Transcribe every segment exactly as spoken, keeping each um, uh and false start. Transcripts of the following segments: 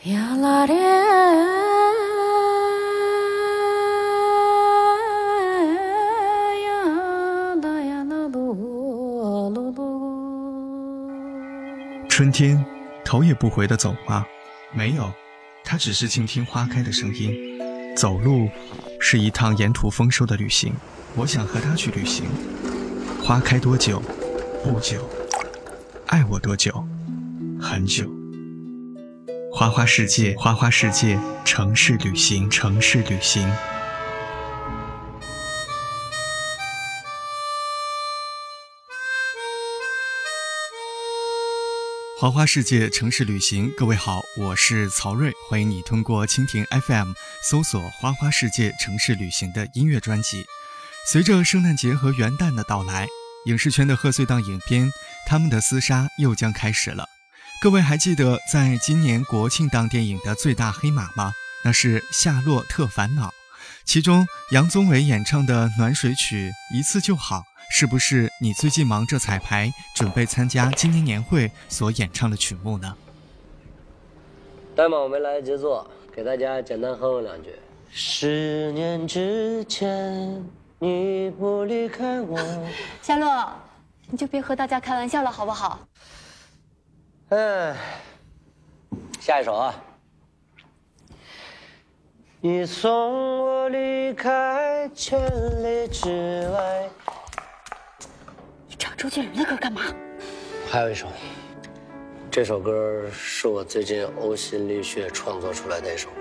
呀啦咧呀啦呀啦噜噜噜。 春天，头也不回地走吗？没有，他只是倾听花开的声音。走路是一趟沿途丰收的旅行，我想和他去旅行。花开多久？不久。爱我多久？很久。花花世界，花花世界，城市旅行，城市旅行。花花世界城市旅行，各位好，我是曹睿，欢迎你通过蜻蜓 F M 搜索花花世界城市旅行的音乐专辑。随着圣诞节和元旦的到来，影视圈的贺岁档影片，他们的厮杀又将开始了。各位还记得在今年国庆档电影的最大黑马吗？那是《夏洛特烦恼》，其中杨宗纬演唱的暖水曲一次就好，是不是你最近忙着彩排准备参加今年年会所演唱的曲目呢？ 代码我没来得及做，给大家简单哼哼两句。十年之前你不离开我。 夏洛，你就别和大家开玩笑了好不好？ 哎，下一首啊。你送我离开千里之外。 你唱周杰伦的歌干嘛？ 还有一首，这首歌是我最近呕心沥血创作出来的一首歌。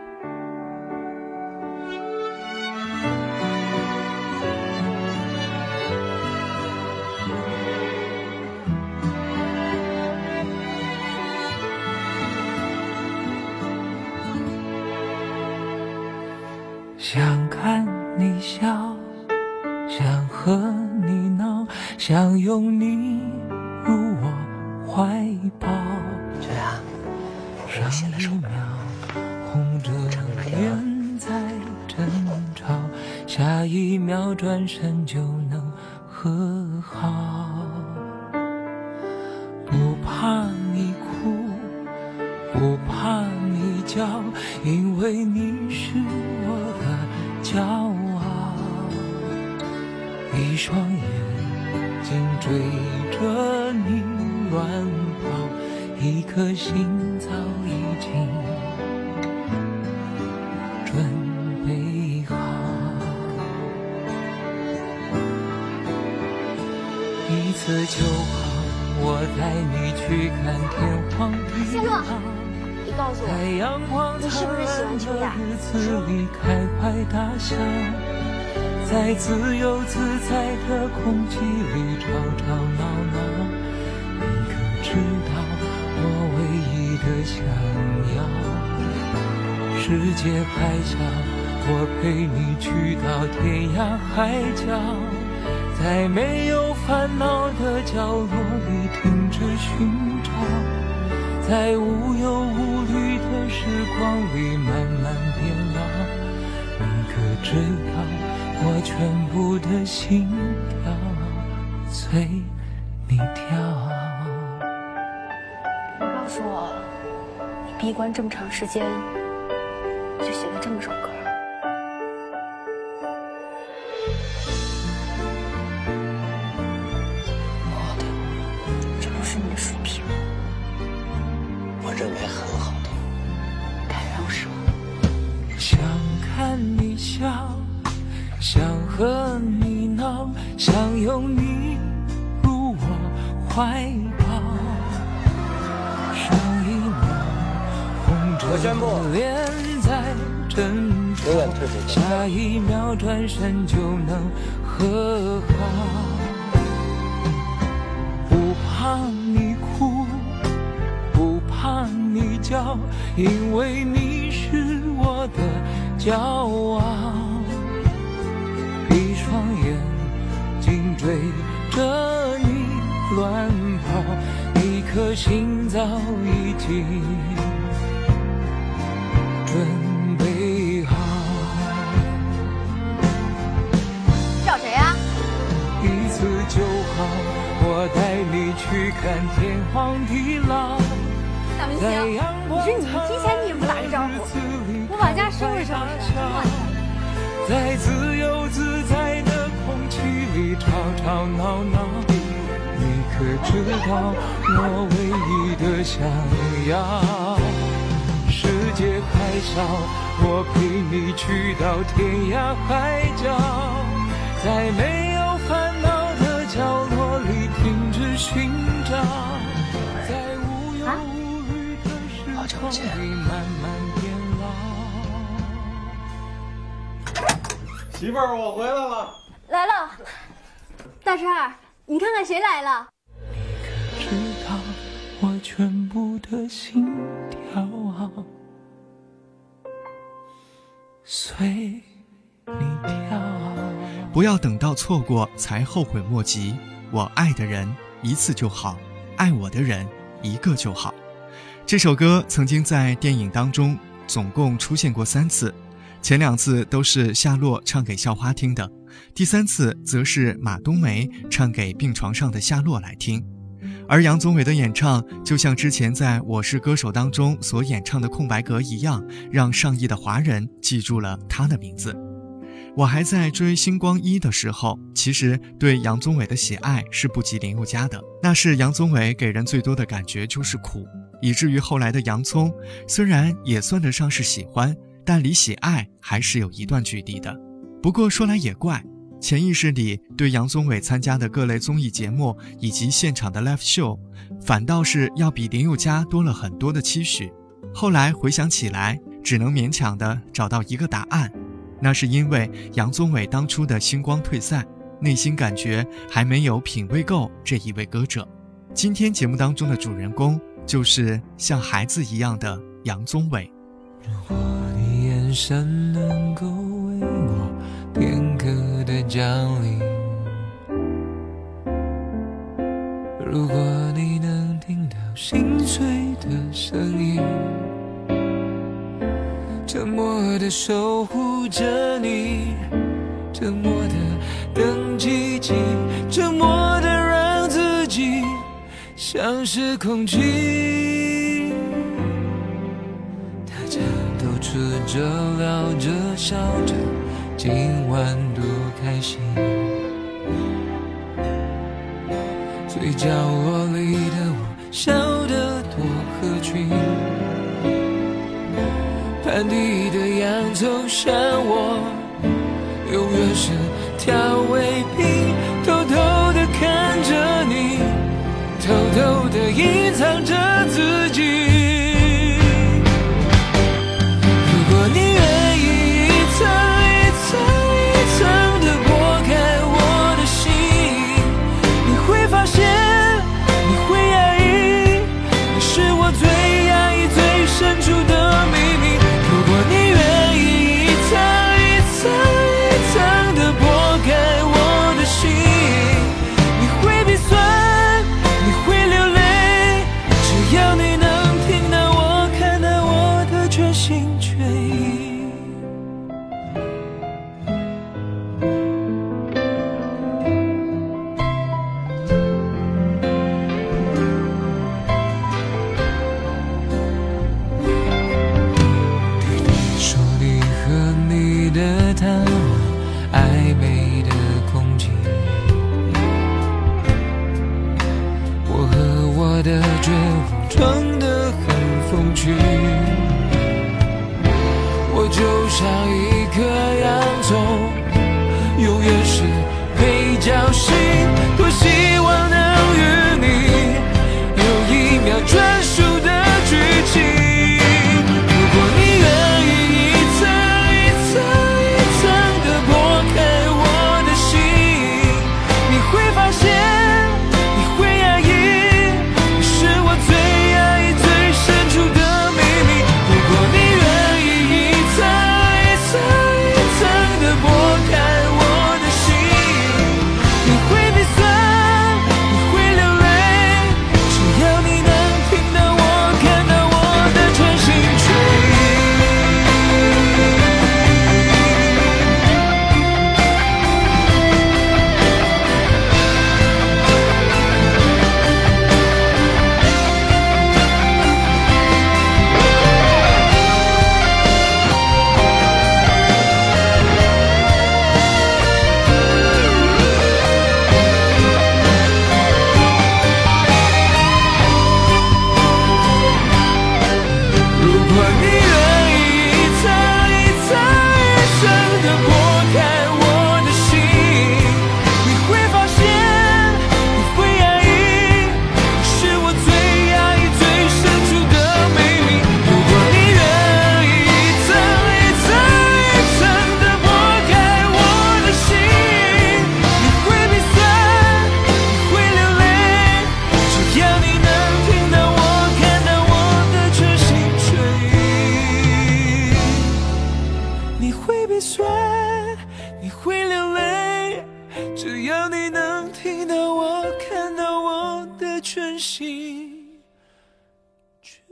想看你笑，想和你闹，想拥你入我怀抱。 这样， 上一秒红着脸在争吵，下一秒转身就能和好。不怕你哭，不怕你叫，因为你是我的骄傲。一双眼睛追着你乱跑，一颗心早已经准备好。一次就好，我带你去看天荒地老。 你告诉在阳光你是不是喜欢秋雅？ 日子里开怀大笑，在自由自在的空气里吵吵闹闹。你可知道我唯一的想要？世界还小，我陪你去到天涯海角，在没有烦恼的角落里停止寻找，在无忧无虑的时光里慢慢变老。你可知道我全部的心跳随你跳。 告诉我，你闭关这么长时间，就写了这么首歌。 好的， 这不是你的水平。 我认为很好的。 太饶舌。 想看你笑，想和你闹，想拥你入我怀抱。上一秒红着脸在争吵，下一秒转身就能和好。不怕你哭，不怕你叫，因为你是我的骄傲。一双眼睛追着你乱跑，一颗心早已经准备好。 找谁呀？ 一次就好，我带你去看天荒地老。 大明星，你是你提前在自由自在的空气里吵吵闹闹。你可知道我唯一的想要？世界还小，我陪你去到天涯海角，在没有烦恼的角落里停止寻找，在无忧无虑的时光里慢慢变老。 媳妇儿，我回来了。 来了，大婶儿，你看看谁来了？ 你可知道我全部的心跳啊，随你跳。 不要等到错过才后悔莫及，我爱的人一次就好，爱我的人一个就好。这首歌曾经在电影当中总共出现过三次，前两次都是夏洛唱给校花听的，第三次则是马冬梅唱给病床上的夏洛来听。而杨宗纬的演唱就像之前在《我是歌手》当中所演唱的空白格一样，让上亿的华人记住了他的名字。我还在追星光一的时候，其实对杨宗纬的喜爱是不及林宥嘉的，那是杨宗纬给人最多的感觉就是苦，以至于后来的洋葱虽然也算得上是喜欢，但离喜爱还是有一段距离的。不过说来也怪，潜意识里对杨宗纬参加的各类综艺节目以及现场的 live show 反倒是要比林宥嘉多了很多的期许。后来回想起来，只能勉强的找到一个答案，那是因为杨宗纬当初的星光退散，内心感觉还没有品味够这一位歌者。今天节目当中的主人公就是像孩子一样的杨宗纬。 如果你眼神能够为我片刻的降临，如果你能听到心碎的声音，沉默地守护着你，沉默地等奇迹，沉默地让自己像是空气。大家都吃着聊着笑着，今晚多开心，最角落里的我笑得多合群，盘底的洋葱像我永远是调味品，偷偷地看着你，偷偷地隐藏着自己。如果你愿意一层一层一层地剥开我的心，你会发现你会压抑，你是我最压抑最深处的秘密。如果你愿意一层一层一层地剥开我的心，你会鼻酸，你会流泪，只要你能听到我，看到我的全心全意。说你和你的他，暧昧的空气，我和我的绝望装得很风趣，我就像一颗洋葱，永远是配角型，多希望能与你有一秒专属的剧情。如果你愿意一层一层一层地剥开我的心，你会发现你会压抑，你是我最压抑最深处的秘密。如果你愿意一层一层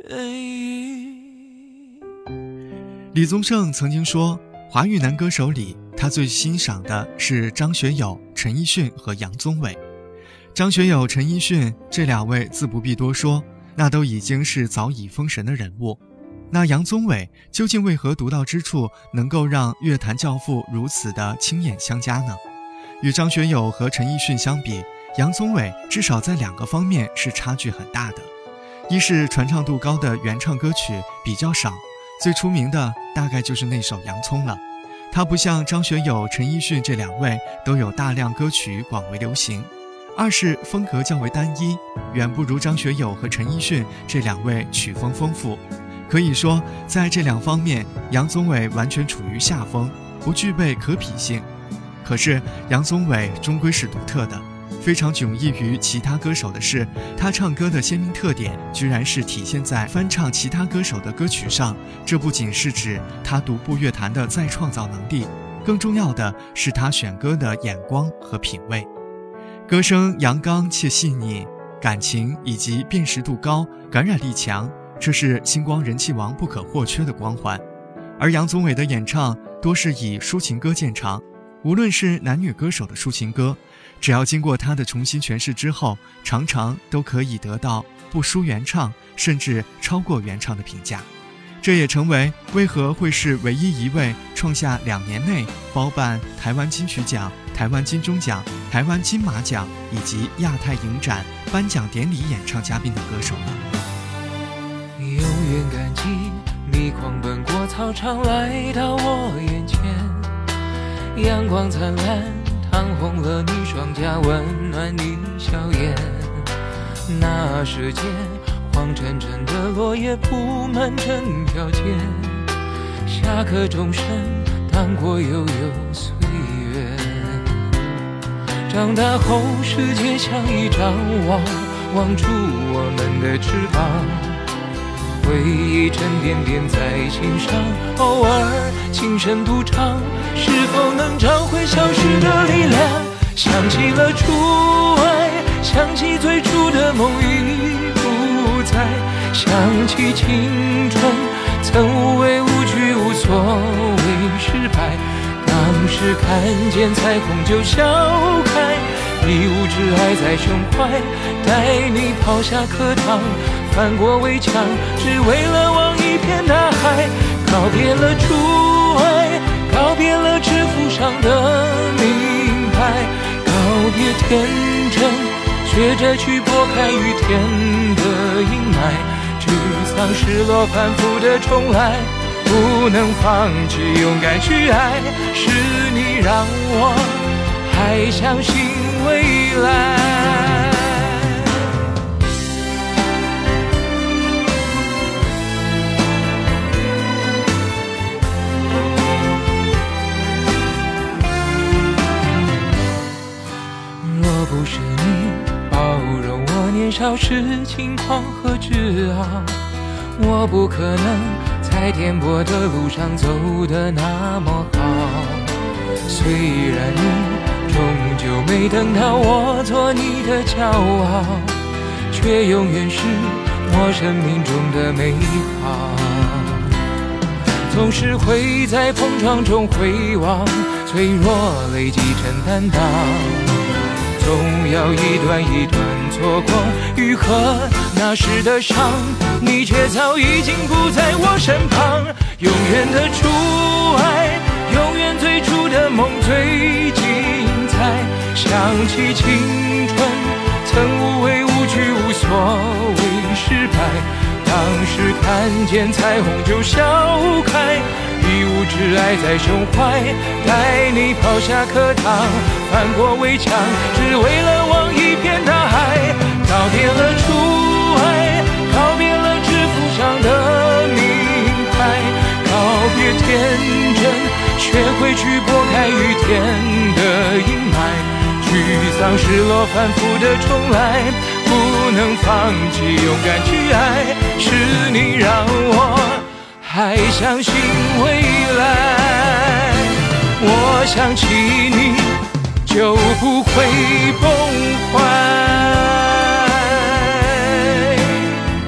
李宗盛曾经说，华语男歌手里他最欣赏的是张学友、陈奕迅和杨宗纬。张学友、陈奕迅这两位自不必多说，那都已经是早已封神的人物。那杨宗纬究竟为何独到之处能够让乐坛教父如此的亲眼相加呢？与张学友和陈奕迅相比，杨宗纬至少在两个方面是差距很大的。一是传唱度高的原唱歌曲比较少，最出名的大概就是那首《洋葱》了。它不像张学友、陈奕迅这两位都有大量歌曲广为流行。二是风格较为单一，远不如张学友和陈奕迅这两位曲风丰富。可以说，在这两方面，杨宗纬完全处于下风，不具备可比性。可是杨宗纬终归是独特的，非常迥异于其他歌手的是，他唱歌的鲜明特点居然是体现在翻唱其他歌手的歌曲上。这不仅是指他独步乐坛的再创造能力，更重要的是他选歌的眼光和品味。歌声阳刚且细腻，感情以及辨识度高，感染力强，这是星光人气王不可或缺的光环。而杨宗纬的演唱多是以抒情歌见长，无论是男女歌手的抒情歌，只要经过他的重新诠释之后，常常都可以得到不输原唱甚至超过原唱的评价。这也成为为何会是唯一一位创下两年内包办台湾金曲奖、台湾金钟奖、台湾金马奖以及亚太影展颁奖典礼演唱嘉宾的歌手了。 永远感激你狂奔过操场来到我眼前，阳光灿烂烫红了你双颊，温暖你笑颜。那时间黄澄澄的落叶铺满整条街，下课钟声荡过悠悠岁月。长大后世界像一张网，网住我们的翅膀，回忆沉甸甸在心上，偶尔轻声独唱，是否能找回消失的力量？想起了初爱，想起最初的梦已不在，想起青春曾无畏无惧，无所谓失败。当时看见彩虹就笑开，一无挚爱在胸怀，带你跑下课堂，翻过围墙，只为了望一片大海。告别了初爱，告别了制服上的名牌，告别天真，学着去拨开雨天的阴霾。沮丧失落反复的重来，不能放弃勇敢去爱，是你让我还相信未来。若不是你包容我年少时轻狂和自傲，我不可能在颠簸的路上走得那么好。虽然你终究没等到我做你的骄傲，却永远是我生命中的美好。总是会在碰撞中回望，脆弱累积成担当，总要一段一段错过愈合那时的伤，你却早已经不在我身旁。永远的初爱，永远最初的梦最精彩，想起青春曾无畏无惧，无所谓失败。当时看见彩虹就笑开，一无挚爱在胸怀，带你跑下课堂，翻过围墙，只为了望一片大海。告别了初爱，告别了制服上的名牌，告别天真，学会去拨开雨天的阴霾。沮丧失落反复的重来，不能放弃勇敢去爱，是你让我还相信未来。我想起你就不会崩坏。 杨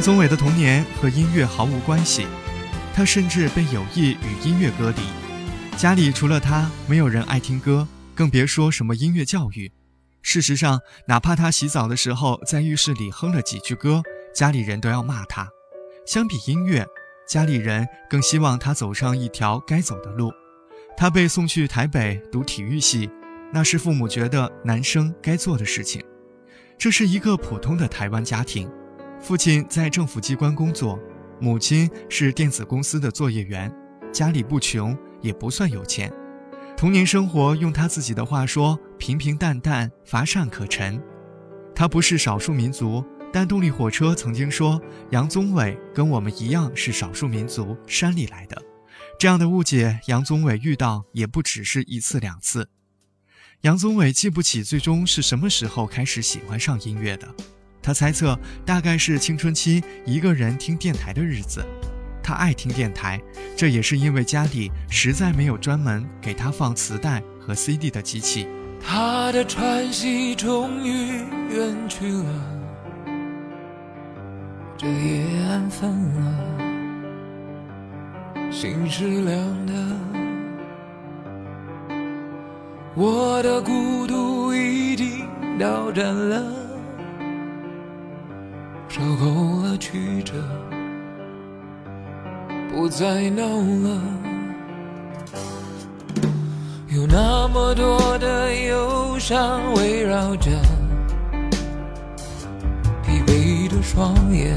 宗纬的童年和音乐毫无关系，他甚至被有意与音乐隔离。家里除了他，没有人爱听歌，更别说什么音乐教育。事实上，哪怕他洗澡的时候在浴室里哼了几句歌，家里人都要骂他。相比音乐，家里人更希望他走上一条该走的路。他被送去台北读体育系，那是父母觉得男生该做的事情。这是一个普通的台湾家庭，父亲在政府机关工作，母亲是电子公司的作业员，家里不穷，也不算有钱。童年生活用他自己的话说，平平淡淡，乏善可陈。他不是少数民族，但动力火车曾经说杨宗纬跟我们一样是少数民族，山里来的。这样的误解，杨宗纬遇到也不只是一次两次。杨宗纬记不起最终是什么时候开始喜欢上音乐的，他猜测大概是青春期一个人听电台的日子。他爱听电台，这也是因为家里实在没有专门给他放磁带和 C D 的机器。 他的喘息终于远去了，这夜暗分了，心是凉的，我的孤独已经到站了，受够了曲折，不再闹了。有那么多的忧伤围绕着，疲惫的双眼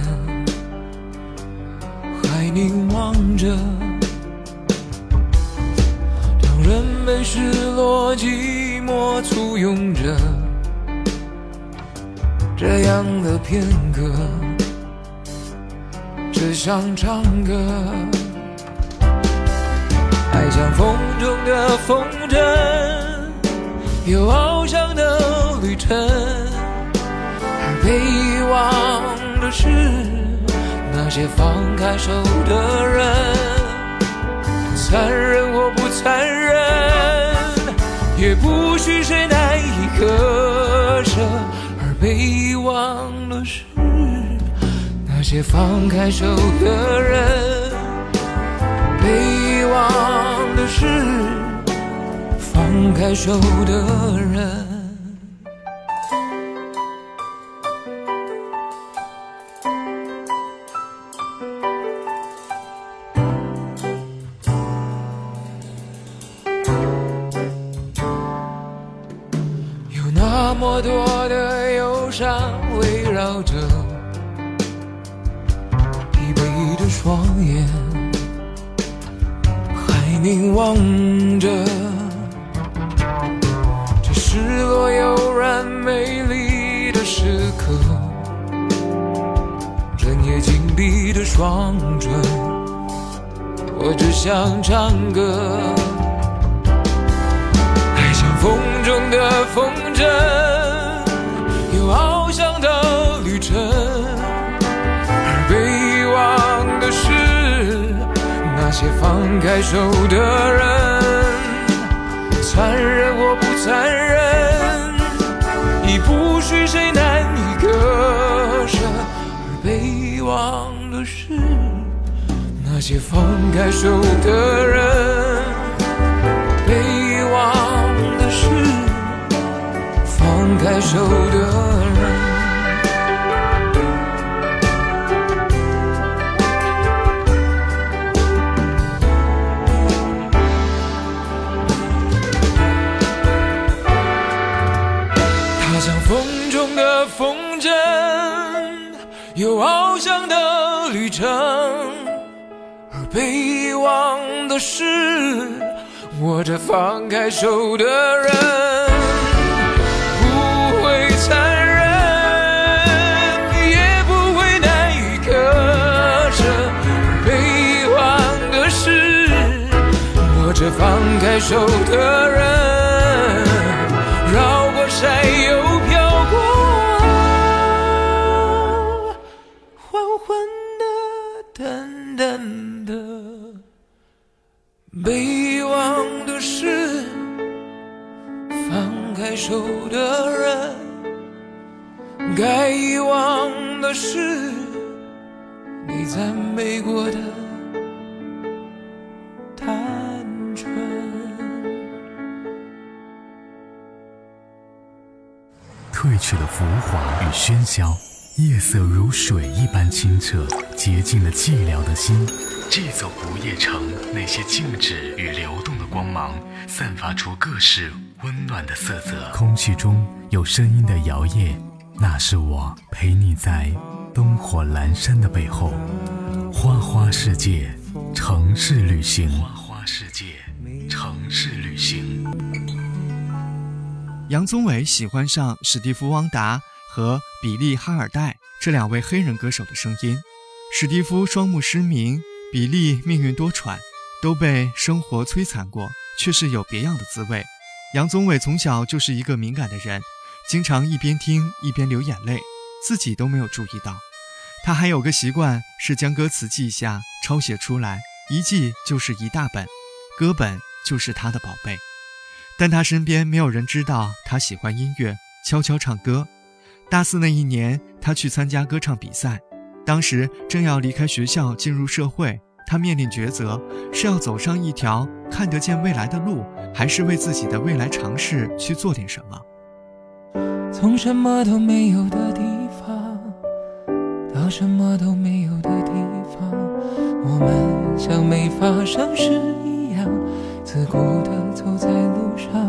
还凝望着，当人们失落寂寞簇拥着，这样的片刻只想唱歌。爱像风中的风筝，有翱翔的旅程，而被遗忘的是那些放开手的人。残忍或不残忍，也不许谁难以割舍，而被遗忘的是那些放开手的人。被遗忘的是放开手的人。有那么多的忧伤围绕着，疲惫的双眼凝望着，这失落悠然美丽的时刻，整夜紧闭的双唇，我只想唱歌。爱像风中的风筝，有翱翔的旅程，而被遗忘的是那些放开手的人。残忍或不残忍，已不许谁难以割舍，而被遗忘的是那些放开手的人。被遗忘的是放开手的人。风筝有翱翔的旅程，而被遗忘的是我这放开手的人。不会残忍，也不会难以割舍，而被遗忘的是我这放开手的人。绕过山又飘过，淡淡的，被遗忘的是放开手的人，该遗忘的事被赞美过的单纯。 褪去了浮华与喧嚣，夜色如水一般清澈，洁净了寂寥的心。这座不夜城，那些静止与流动的光芒，散发出各式温暖的色泽。空气中有声音的摇曳，那是我陪你在灯火阑珊的背后。花花世界，城市旅行。花花世界，城市旅行。 杨宗纬喜欢上史蒂夫·汪达和比利·哈尔戴这两位黑人歌手的声音。史蒂夫双目失明，比利命运多舛，都被生活摧残过，却是有别样的滋味。杨宗纬从小就是一个敏感的人，经常一边听一边流眼泪，自己都没有注意到。他还有个习惯，是将歌词记下抄写出来，一记就是一大本，歌本就是他的宝贝。但他身边没有人知道他喜欢音乐，悄悄唱歌。大四那一年，他去参加歌唱比赛，当时正要离开学校进入社会，他面临抉择，是要走上一条看得见未来的路，还是为自己的未来尝试去做点什么。 从什么都没有的地方到什么都没有的地方，我们像没发生事一样自顾地走在路上，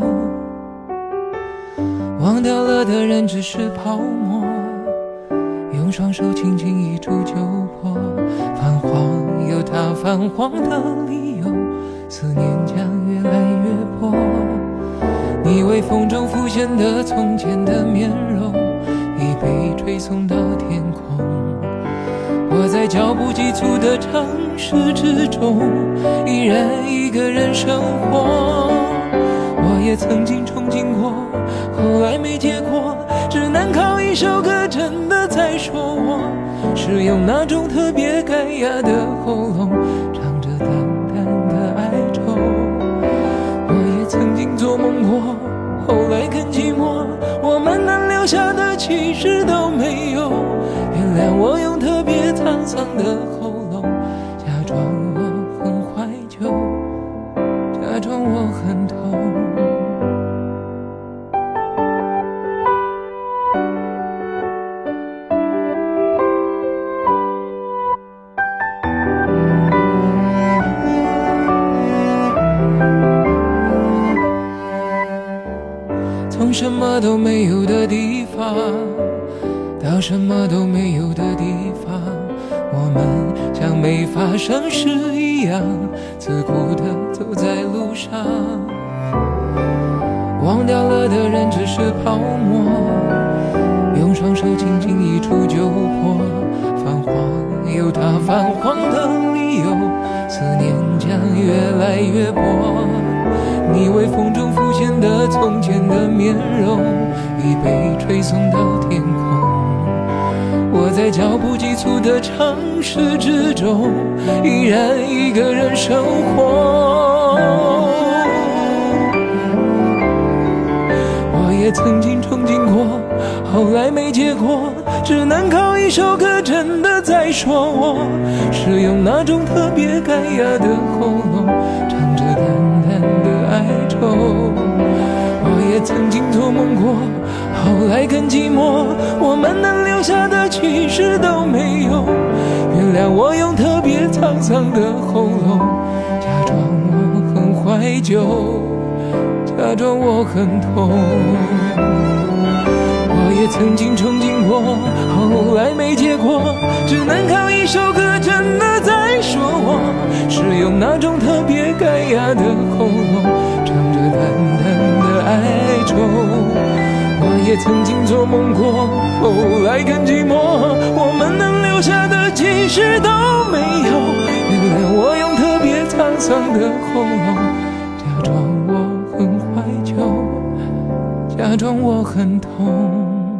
忘掉了的人只是泡沫，用双手轻轻一触就破。泛黄有它泛黄的理由，思念将越来越薄。你微风中浮现的从前的面容，已被吹送到天空。我在脚步急促的城市之中，依然一个人生活。我也曾经憧憬过，后来没结果，只能靠一首歌真的在说我，是用那种特别干哑的喉咙唱着淡淡的哀愁。我也曾经做梦过，后来更寂寞，我们能留下的其实都没有。原谅我用特别沧桑的喉咙假装我很怀旧，假装我很痛。从什么都没有的地方到什么都没有的地方，我们像没发生事一样自顾地走在路上，忘掉了的人只是泡沫，用双手轻轻一触就破。泛黄有它泛黄的理由，思念将越来越薄。你微风中浮现的从前的面容，已被吹送到天空。我在脚步急促的城市之中，依然一个人生活。我也曾经憧憬过，后来没结果，只能靠一首歌真的在说我，是用那种特别干哑的喉咙唱着淡淡的哀愁。我也曾经做梦过，后来更寂寞，我们能留下的其实都没有。原谅我用特别沧桑的喉咙假装我很怀旧，假装我很痛。我也曾经憧憬过，后来没结果，只能靠一首歌真的在说我，是用那种特别干哑的喉咙唱着淡淡的哀愁。我也曾经做梦过，后来更寂寞，我们能留下的其实都没有。原谅我用特别沧桑的喉咙假装我很怀旧，假装我很痛。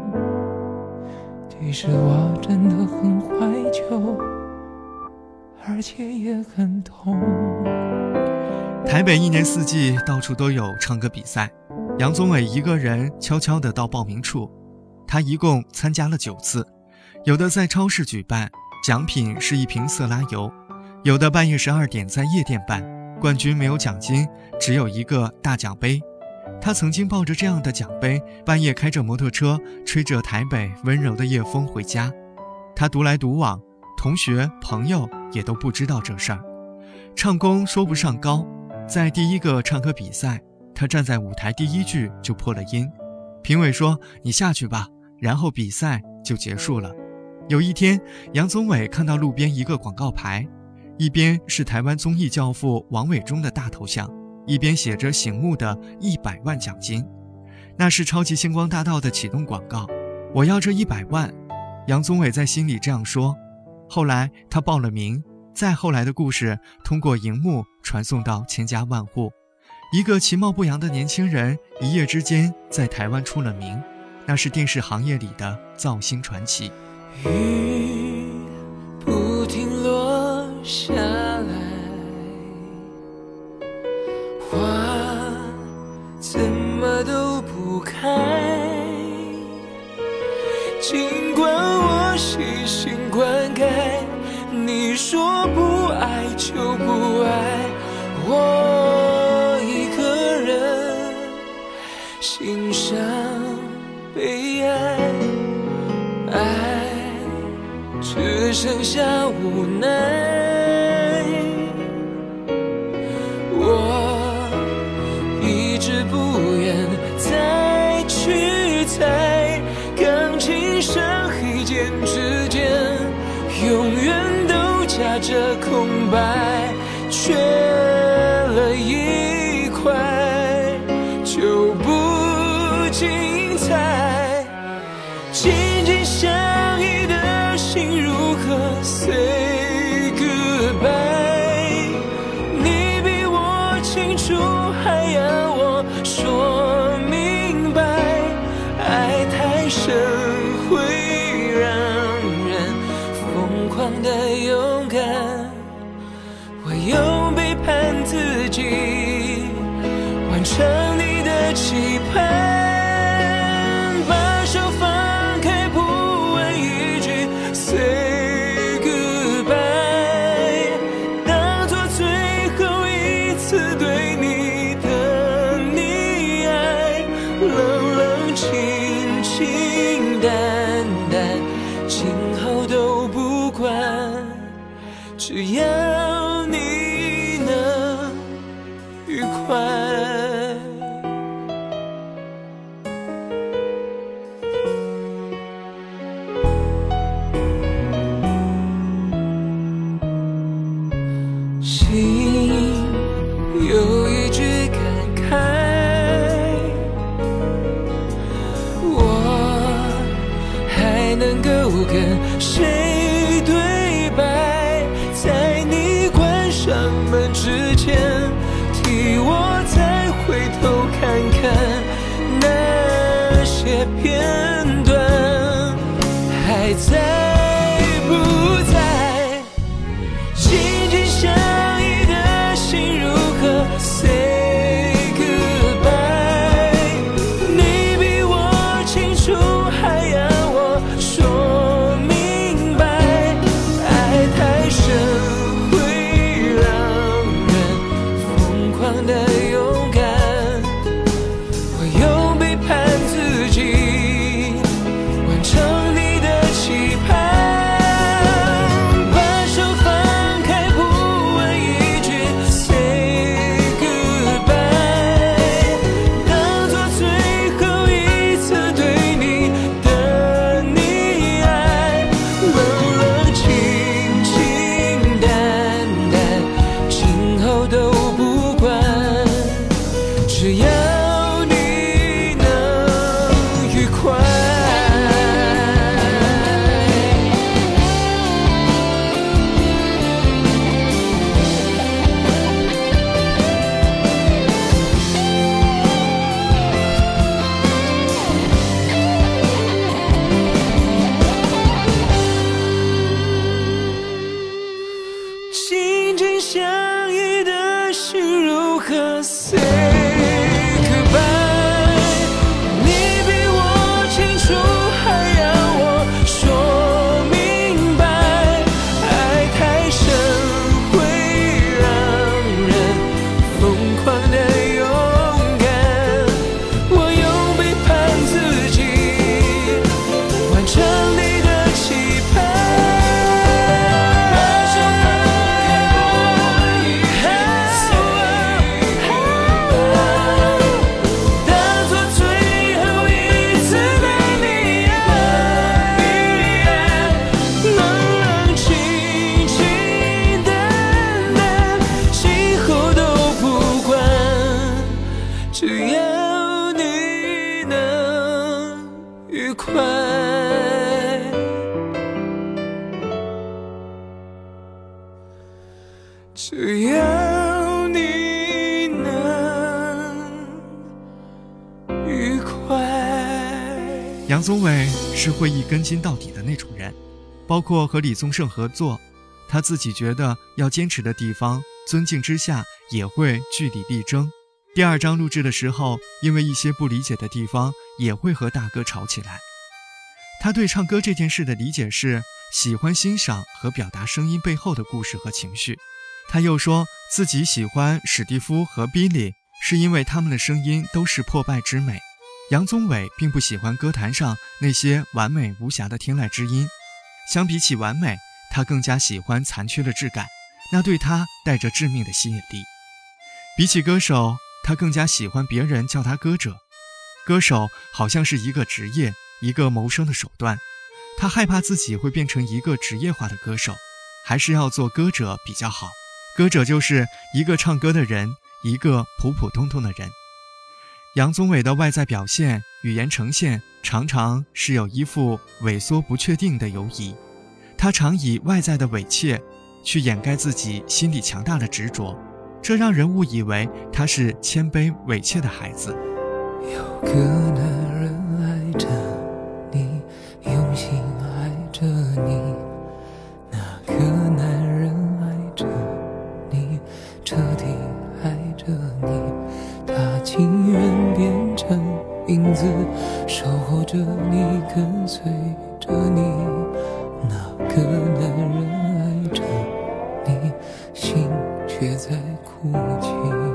其实我真的很怀旧，而且也很痛。 台北一年四季到处都有唱歌比赛，杨宗纬一个人悄悄地到报名处。他一共参加了九次，有的在超市举办， 奖品是一瓶色拉油，有的半夜十二点在夜店办，冠军没有奖金，只有一个大奖杯。他曾经抱着这样的奖杯，半夜开着摩托车，吹着台北温柔的夜风回家。他独来独往，同学朋友也都不知道这事儿。唱功说不上高，在第一个唱歌比赛，他站在舞台第一句就破了音，评委说你下去吧，然后比赛就结束了。有一天，杨宗纬看到路边一个广告牌，一边是台湾综艺教父王伟忠的大头像，一边写着醒目的一百万奖金。那是超级星光大道的启动广告，我要这一百万。杨宗纬在心里这样说。后来他报了名，再后来的故事通过荧幕传送到千家万户。一个其貌不扬的年轻人一夜之间在台湾出了名，那是电视行业里的造星传奇。 雨不停落下来，花怎么都不开，尽管我细心灌溉，你说不爱就不爱，我一个人欣赏悲哀，爱只剩下无奈，我一直不愿再去猜，钢琴上黑键之间永远都夹着空白，缺了一块就不精彩，紧紧相依的心如何 say goodbye， 你比我清楚，还要我说明白，爱太深会让人疯狂的勇敢，我用背叛自己完成你的期盼，把手放开不问一句 say goodbye， 当作最后一次对你的溺爱，冷冷清清淡淡，今后都不管，只要你能愉快。心有一句感慨，我还能够跟谁对白，在你关上门之前，替我再回头看看那些片段，还在不在，紧紧相依的心如何 say goodbye， 你比我清楚，还要我说明白，爱太深会让人疯狂的勇敢，我用背叛自己完成你的期盼，把手放开不问一句 say goodbye， 当作最后一次对你的溺爱，冷冷清清淡淡，今后都不管，只要你能愉快。紧紧相依的心如何 say goodbye， 你比我清楚，还要我说明白， 只要你能愉快。只要你能愉快。 杨宗纬是会一根筋到底的那种人，包括和李宗盛合作，他自己觉得要坚持的地方，尊敬之下也会据理力争。第二章录制的时候，因为一些不理解的地方，也会和大哥吵起来。他对唱歌这件事的理解是，喜欢欣赏和表达声音背后的故事和情绪。他又说自己喜欢史蒂夫和比利，是因为他们的声音都是破败之美。杨宗纬并不喜欢歌坛上那些完美无瑕的天籁之音，相比起完美，他更加喜欢残缺的质感，那对他带着致命的吸引力。比起歌手，他更加喜欢别人叫他歌者。歌手好像是一个职业，一个谋生的手段，他害怕自己会变成一个职业化的歌手，还是要做歌者比较好。歌者就是一个唱歌的人，一个普普通通的人。杨宗纬的外在表现、语言呈现常常是有一副萎缩不确定的犹疑，他常以外在的猥怯去掩盖自己心里强大的执着，这让人误以为他是谦卑猥怯的孩子。 有个男人爱着你，用心爱着你，那个男人爱着你，彻底爱着你，他情愿变成影子，守候着你，跟随着你，那个男人爱着你，心却在哭泣。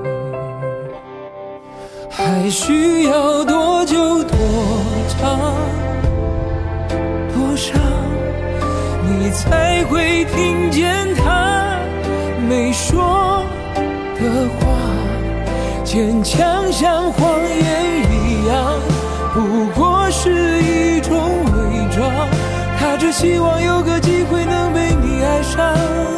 还需要多久多长多少，你才会听见他没说的话，坚强像谎言一样，不过是一种伪装，他只希望有个机会能被你爱上。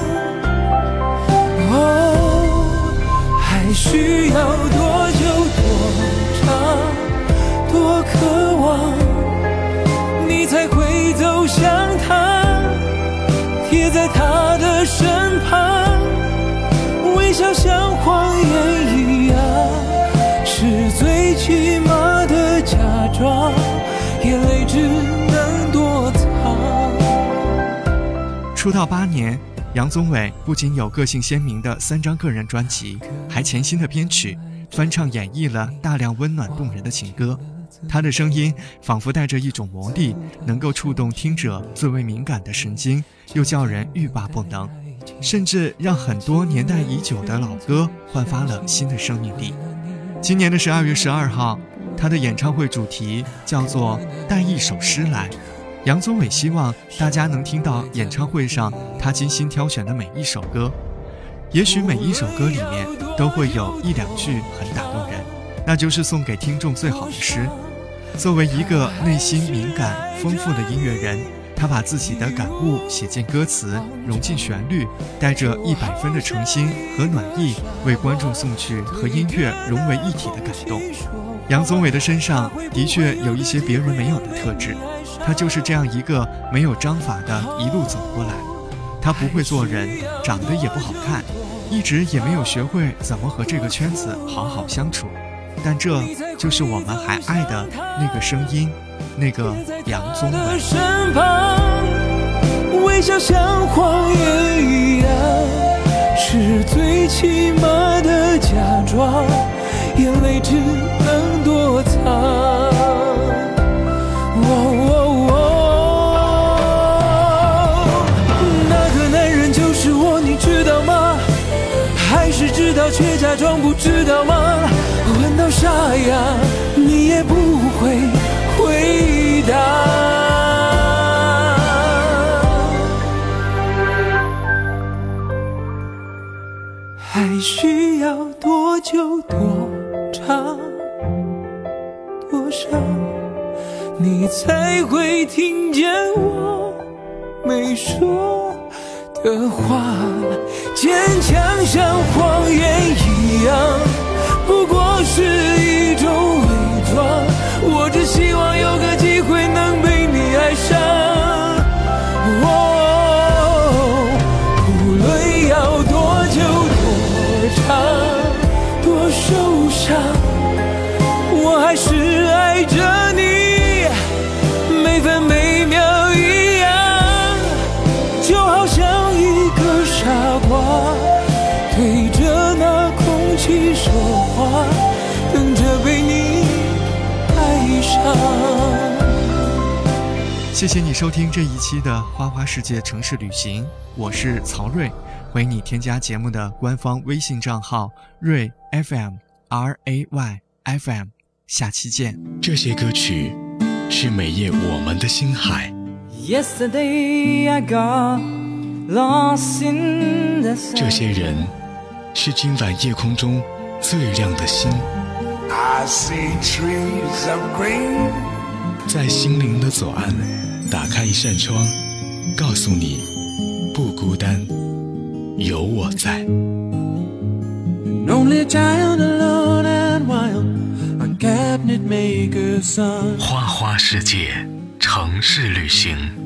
哦，还需要多久多长多渴望，你才会走向他，贴在他的身旁，微笑像谎言一样，是最起码的假装，眼泪只能躲藏。 出道八年，杨宗纬不仅有个性鲜明的三张个人专辑，还潜心的编曲翻唱演绎了大量温暖动人的情歌。他的声音仿佛带着一种魔力，能够触动听者最为敏感的神经，又叫人欲罢不能，甚至让很多年代已久的老歌焕发了新的生命力。今年的十二月十二号，他的演唱会主题叫做带一首诗来。杨宗纬希望大家能听到演唱会上他精心挑选的每一首歌，也许每一首歌里面都会有一两句很打动人，那就是送给听众最好的诗。作为一个内心敏感丰富的音乐人，他把自己的感悟写进歌词，融进旋律，带着一百分的诚心和暖意，为观众送去和音乐融为一体的感动。杨宗纬的身上的确有一些别人没有的特质，他就是这样一个没有章法的一路走过来。他不会做人，长得也不好看，一直也没有学会怎么和这个圈子好好相处，但这就是我们还爱的那个声音，那个杨宗纬。 身旁微笑像谎言一样，是最起码的假装，眼泪只能躲藏。哦哦哦，那个男人就是我，你知道吗？还是知道却假装不知道吗？问到沙哑，你也不会回答。还需要多久多长多少，你才会听见我没说的话？坚强像谎言一样，不过是一那空气说话，等着被你爱上。 谢谢你收听这一期的花花世界城市旅行，我是曹睿，欢迎你添加节目的官方微信账号睿 F M R A Y F M， 下期见。 这些歌曲是每夜我们的星海。 Yesterday I got lost in the sun。 这些人是今晚夜空中最亮的星。 I see trees of green。 在心灵的左岸，打开一扇窗，告诉你不孤单，有我在。 An only child alone and wild, a cabinet maker's son。 花花世界城市旅行。